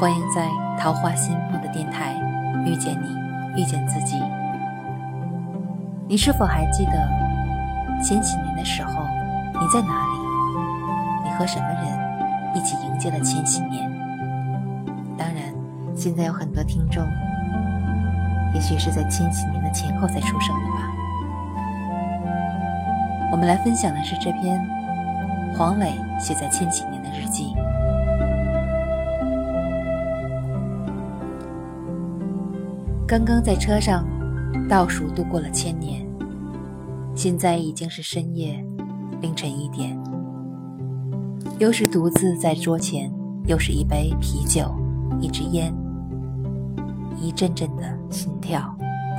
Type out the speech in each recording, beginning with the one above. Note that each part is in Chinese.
欢迎在桃花心木的电台遇见你，遇见自己。你是否还记得千禧年的时候你在哪里？你和什么人一起迎接了千禧年？当然，现在有很多听众也许是在千禧年的前后才出生的吧。我们来分享的是这篇黄磊写在千禧年的日记。刚刚在车上倒数度过了1000年，现在已经是深夜凌晨1点，又是独自在桌前，又是一杯啤酒，一支烟，一阵阵的心跳。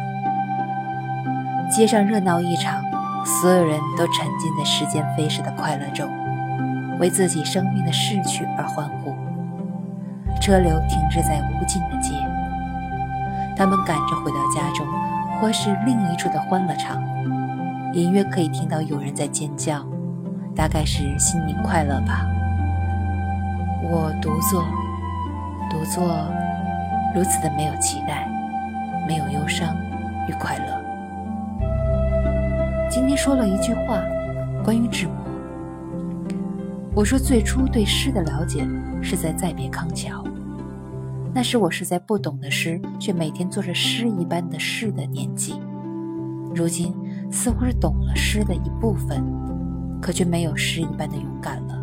街上热闹异常，所有人都沉浸在时间飞逝的快乐中，为自己生命的逝去而欢呼。车流停滞在无尽的街，他们赶着回到家中，或是另一处的欢乐场，隐约可以听到有人在尖叫，大概是新年快乐吧。我独坐，如此的没有期待，没有忧伤与快乐。今天说了一句话，关于志摩。我说最初对诗的了解是在再别康桥，那时我是在不懂的诗，却每天做着诗一般的事的年纪。如今似乎是懂了诗的一部分，可却没有诗一般的勇敢了。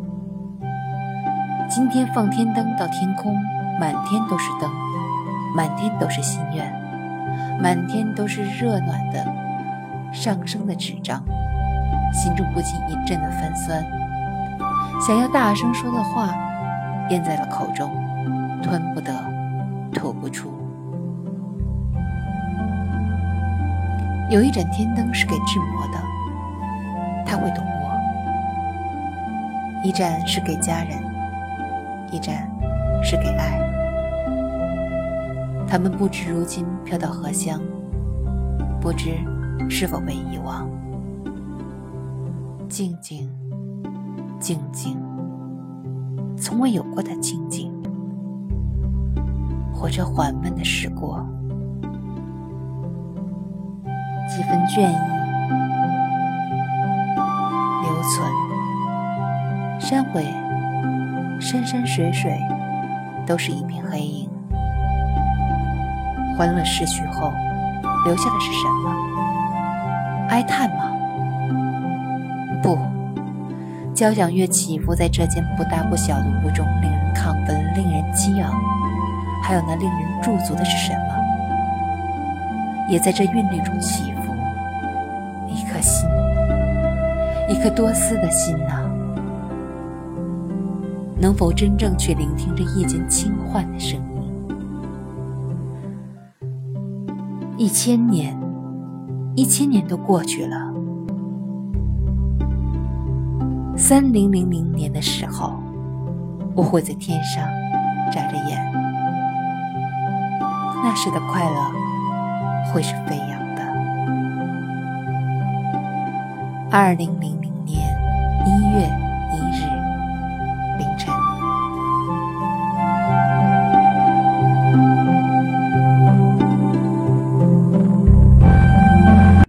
今天放天灯到天空，满天都是灯，满天都是心愿，满天都是热暖的上升的纸张，心中不禁一阵的泛酸，想要大声说的话咽在了口中，吞不得，吐不出。有一盏天灯是给志摩的，他会懂我。一盏是给家人，一盏是给爱。他们不知如今飘到何乡，不知是否被遗忘。静静，静静，从未有过的静静。火车缓慢地驶过，几分倦意留存，山回山山水水都是一片黑影。欢乐逝去后留下的是什么？哀叹吗？不，交响乐起伏在这间不大不小的屋中，令人亢奋，令人激昂。还有那令人驻足的是什么？也在这韵律中起伏。一颗心，一颗多思的心啊，能否真正去聆听这夜间轻唤的声音？1000年，1000年都过去了。3000年的时候，我会在天上眨着眼，那时的快乐会是飞扬的。2000年1月